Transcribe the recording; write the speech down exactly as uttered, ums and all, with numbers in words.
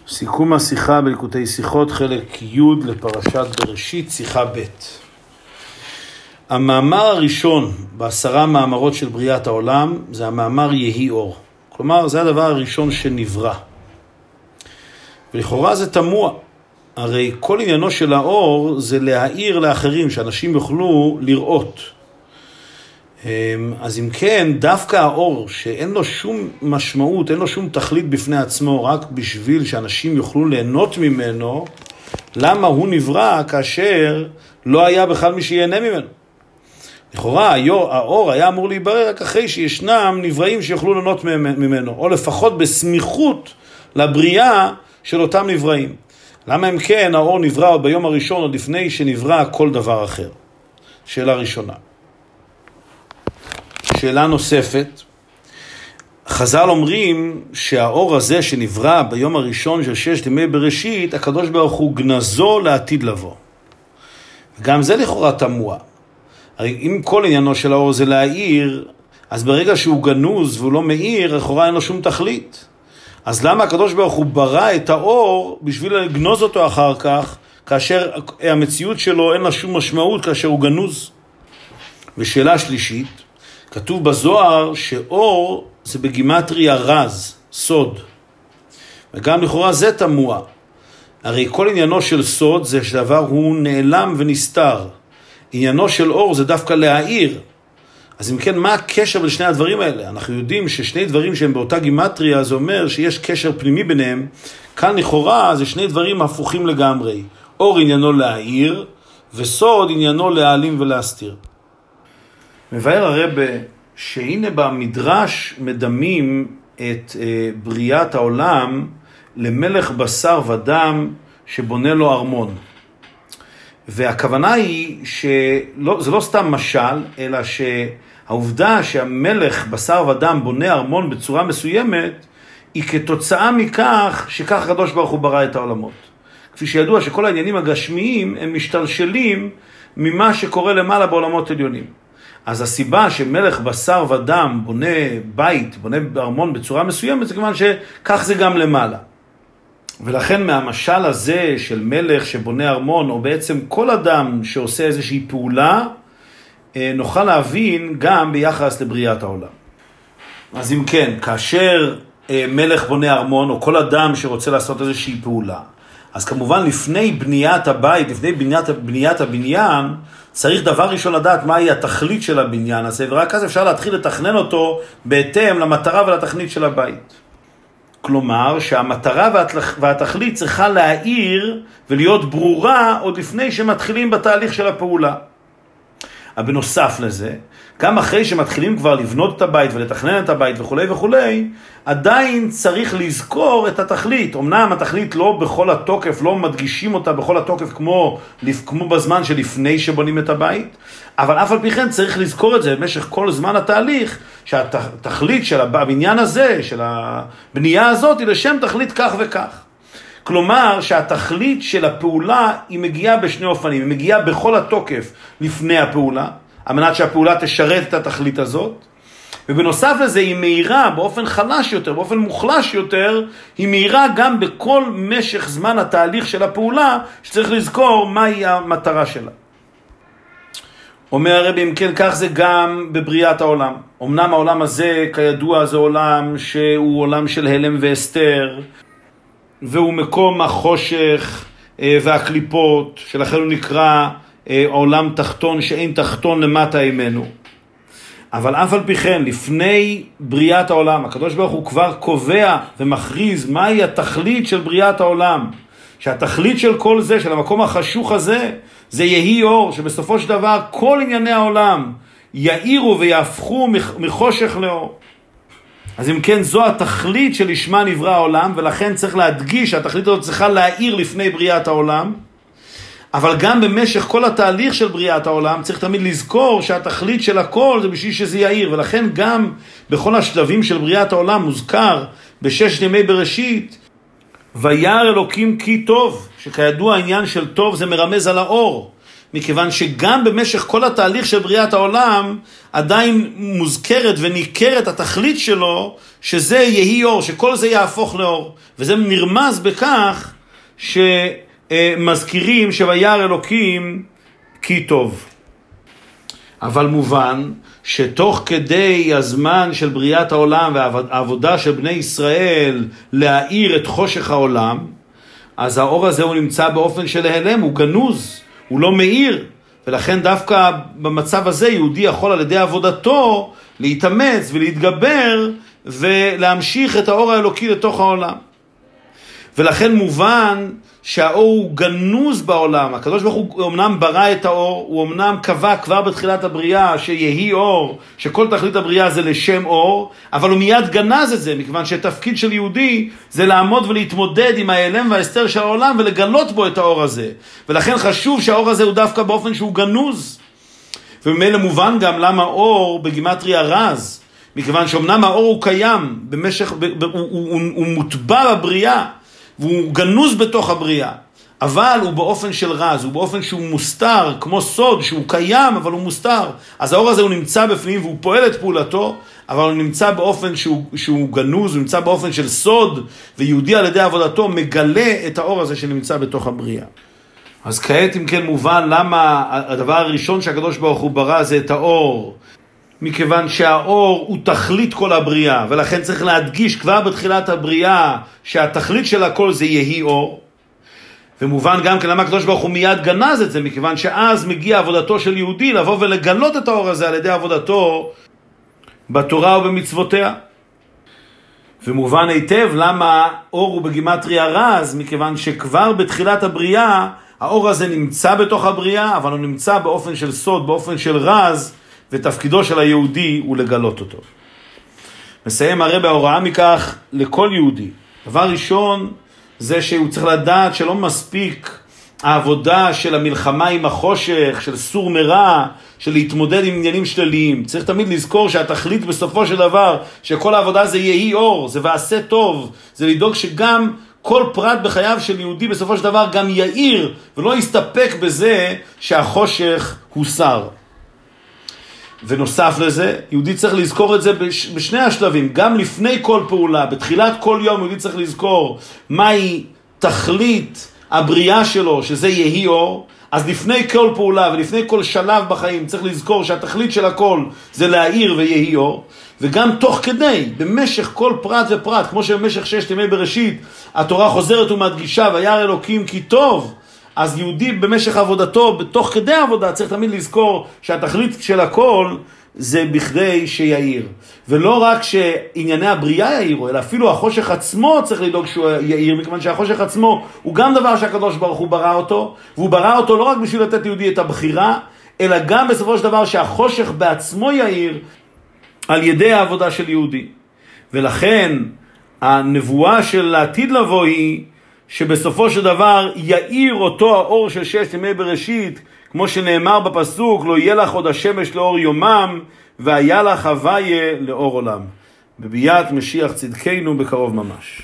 סיכום השיחה בליקוטי שיחות, חלק י' לפרשת בראשית, שיחה ב'. המאמר הראשון בעשרה מאמרות של בריאת העולם זה המאמר יהי אור. כלומר, זה הדבר הראשון שנברא. ולכאורה זה תמוה. הרי כל עניינו של האור זה להאיר לאחרים, שאנשים יוכלו לראות. אז אם כן, דווקא האור שאין לו שום משמעות, אין לו שום תכלית בפני עצמו, רק בשביל שאנשים יוכלו ליהנות ממנו, למה הוא נברא כאשר לא היה בכלל מי שיהנה ממנו? לכאורה, האור היה אמור להיברר רק אחרי שישנם נבראים שיוכלו ליהנות ממנו, או לפחות בסמיכות לבריאה של אותם נבראים. למה אם כן האור נברא ביום הראשון עוד לפני שנברא כל דבר אחר? שאלה ראשונה. שאלה נוספת, חז"ל אומרים שהאור הזה שנברא ביום הראשון של ששת ימי בראשית, הקדוש ברוך הוא גנזו לעתיד לבוא. גם זה לכאורה תמוה. הרי אם כל עניינו של האור זה להאיר, אז ברגע שהוא גנוז והוא לא מאיר, לכאורה אין לו שום תכלית. אז למה הקדוש ברוך הוא ברא את האור בשביל לגנוז אותו אחר כך, כאשר המציאות שלו אין לה שום משמעות כאשר הוא גנוז? ושאלה שלישית, כתוב בזוהר שאור זה בגימטריה רז, סוד. וגם לכאורה זה תמוה. הרי כל עניינו של סוד זה שדבר הוא נעלם ונסתר. עניינו של אור זה דווקא להאיר. אז אם כן, מה הקשר בין שני הדברים האלה? אנחנו יודעים ששני דברים שהם באותה גימטריה, זה אומר שיש קשר פנימי ביניהם. כאן לכאורה זה שני דברים הפוכים לגמרי. אור עניינו להאיר, וסוד עניינו להעלים ולהסתיר. מבאר הרב שהנה במדרש מדמים את אה, בריאת העולם למלך בשר ודם שבונה לו ארמון. והכוונה היא שזה לא סתם משל, אלא שהעובדה שהמלך בשר ודם בונה ארמון בצורה מסוימת, היא כתוצאה מכך שכך הקדוש ברוך הוא ברא את העולמות. כפי שידוע שכל העניינים הגשמיים הם משתלשלים ממה שקורה למעלה בעולמות עליונים. אז הסיבה שמלך בשר ודם בונה בית, בונה ארמון בצורה מסוימת, זה כיוון שכך זה גם למעלה. ולכן מהמשל הזה של מלך שבונה ארמון, או בעצם כל אדם שעושה איזושהי פעולה, נוכל להבין גם ביחס לבריאת העולם. אז אם כן, כאשר מלך בונה ארמון, או כל אדם שרוצה לעשות איזושהי פעולה, אז כמובן לפני בניית הבית, לפני בניית, בניית הבניין, צריך דבר ראשון לדעת מהי התכלית של הבניין הזה, ורק אז אפשר להתחיל לתכנן אותו בהתאם למטרה ולתכלית של הבית. כלומר, שהמטרה והתכלית צריכה להאיר ולהיות ברורה עוד לפני שמתחילים בתהליך של הפעולה. אבל בנוסף לזה, גם אחרי שמתחילים כבר לבנות את הבית ולתכנן את הבית וכו' וכו', עדיין צריך לזכור את התכלית. אמנם התכלית לא בכל התוקף, לא מדגישים אותה בכל התוקף כמו, כמו בזמן שלפני שבונים את הבית, אבל אף על פי כן צריך לזכור את זה במשך כל זמן התהליך, שהתכלית של הבניין הזה, של הבנייה הזאת, היא לשם תכלית כך וכך. כלומר שהתכלית של הפעולה היא מגיעה בשני אופנים, היא מגיעה בכל התוקף לפני הפעולה, על מנת שהפעולה תשרת את התכלית הזאת, ובנוסף לזה היא מהירה באופן חלש יותר, באופן מוחלש יותר, היא מהירה גם בכל משך זמן התהליך של הפעולה, שצריך לזכור מהי המטרה שלה. אומר הרב, אם כן, כך זה גם בבריאת העולם. אמנם העולם הזה, כידוע, זה עולם שהוא עולם של הלם והסתר, והוא מקום החושך והקליפות, שלכן הוא נקרא עולם תחתון שאין תחתון למטה ממנו. אבל אף על פי כן, לפני בריאת העולם, הקדוש ברוך הוא כבר קובע ומכריז מהי התכלית של בריאת העולם. שהתכלית של כל זה, של המקום החשוך הזה, זה יהי אור, שבסופו של דבר כל ענייני העולם יאירו ויהפכו מחושך לאור. אז אם כן, זו התכלית שלשמה נברא העולם, ולכן צריך להדגיש שהתכלית הזאת צריכה להאיר לפני בריאת העולם, אבל גם במשך כל התהליך של בריאת העולם, צריך תמיד לזכור שהתכלית של הכל זה בשביל שזה יאיר, ולכן גם בכל השלבים של בריאת העולם מוזכר בששת ימי בראשית, וירא אלוקים כי טוב, שכידוע העניין של טוב זה מרמז על האור, מכיוון שגם במשך כל התהליך של בריאת העולם, עדיין מוזכרת וניכרת התכלית שלו, שזה יהי אור, שכל זה יהפוך לאור. וזה נרמז בכך שמזכירים שוירא אלוקים כי טוב. אבל מובן שתוך כדי הזמן של בריאת העולם והעבודה של בני ישראל להאיר את חושך העולם, אז האור הזה הוא נמצא באופן של להיעלם, הוא גנוז, הוא לא מאיר, ולכן דווקא במצב הזה יהודי יכול על ידי עבודתו להתאמץ ולהתגבר ולהמשיך את האור האלוקי לתוך העולם. ולכן מובן שהאור הוא גנוז בעולם. הקדוש ברוך הוא אמנם ברא את האור, הוא אמנם קבע כבר בתחילת הבריאה שיהי אור, שכל תכלית הבריאה זה לשם אור, אבל הוא מיד גנז את זה, מכיוון שתפקיד של יהודי זה לעמוד ולהתמודד עם ההיעלם וההסתר של העולם ולגלות בו את האור הזה. ולכן חשוב שהאור הזה הוא דווקא באופן שהוא גנוז. וממילא מובן גם למה אור בגימטריה רז, מכיוון שאומנם האור הוא קיים במשך, הוא, הוא, הוא, הוא מוטבע בבריאה, והוא גנוז בתוך הבריאה, אבל הוא באופן של רז, הוא באופן שהוא מוסתר, כמו סוד שהוא קיים, אבל הוא מוסתר. אז האור הזה הוא נמצא בפנים והוא פועל את פעולתו, אבל הוא נמצא באופן שהוא, שהוא גנוז, הוא נמצא באופן של סוד, ויהודי על ידי עבודתו מגלה את האור הזה שנמצא בתוך הבריאה. אז כעת אם כן מובן למה הדבר הראשון שהקדוש ברוך הוא ברא זה את האור, מכיוון שהאור הוא תכלית כל הבריאה, ולכן צריך להדגיש כבר בתחילת הבריאה שהתכלית של הכל זה יהי אור. ומובן גם כן למה הקדוש ברוך הוא מיד גנז את זה, מכיוון שאז מגיע עבודתו של יהודי לבוא ולגלות את האור הזה על ידי עבודתו בתורה ובמצוותיה. ומובן היטב למה אור הוא בגימטריה רז, מכיוון שכבר בתחילת הבריאה האור הזה נמצא בתוך הבריאה, אבל הוא נמצא באופן של סוד, באופן של רז, ותפקידו של היהודי הוא לגלות אותו. מסיים הרב ההוראה מכך לכל יהודי. דבר ראשון זה שהוא צריך לדעת שלא מספיק העבודה של המלחמה עם החושך, של סור מרע, של להתמודד עם עניינים שליליים. צריך תמיד לזכור שהתכלית בסופו של דבר, שכל העבודה זה יהי אור, זה ועשה טוב, זה לדאוג שגם כל פרט בחייו של יהודי בסופו של דבר גם יאיר, ולא יסתפק בזה שהחושך הוסר. ונוסף לזה, יהודי צריך לזכור את זה בשני השלבים, גם לפני כל פעולה, בתחילת כל יום יהודי צריך לזכור מהי תכלית הבריאה שלו, שזה יהי אור. אז לפני כל פעולה ולפני כל שלב בחיים צריך לזכור שהתכלית של הכל זה להאיר ויהי אור, וגם תוך כדי, במשך כל פרט ופרט, כמו שבמשך ששת ימי בראשית התורה חוזרת ומדגישה וירא אלוקים כי טוב, אז יהודי במשך עבודתו, בתוך כדי העבודה, צריך תמיד לזכור שהתכלית של הכל זה בכדי שיעיר. ולא רק שענייני הבריאה יעירו, אלא אפילו החושך עצמו צריך לדאוג שהוא יעיר, מכיוון שהחושך עצמו הוא גם דבר שהקדוש ברוך הוא ברא אותו, והוא ברא אותו לא רק בשביל לתת יהודי את הבחירה, אלא גם בסופו של דבר שהחושך בעצמו יעיר על ידי העבודה של יהודי. ולכן הנבואה של העתיד לבוא היא, שבסופו של דבר יאיר אותו האור של ששת ימי בראשית, כמו שנאמר בפסוק, לא יהיה לך עוד השמש לאור יומם, והיה לך הוויה לאור עולם. בביאת משיח צדקנו בקרוב ממש.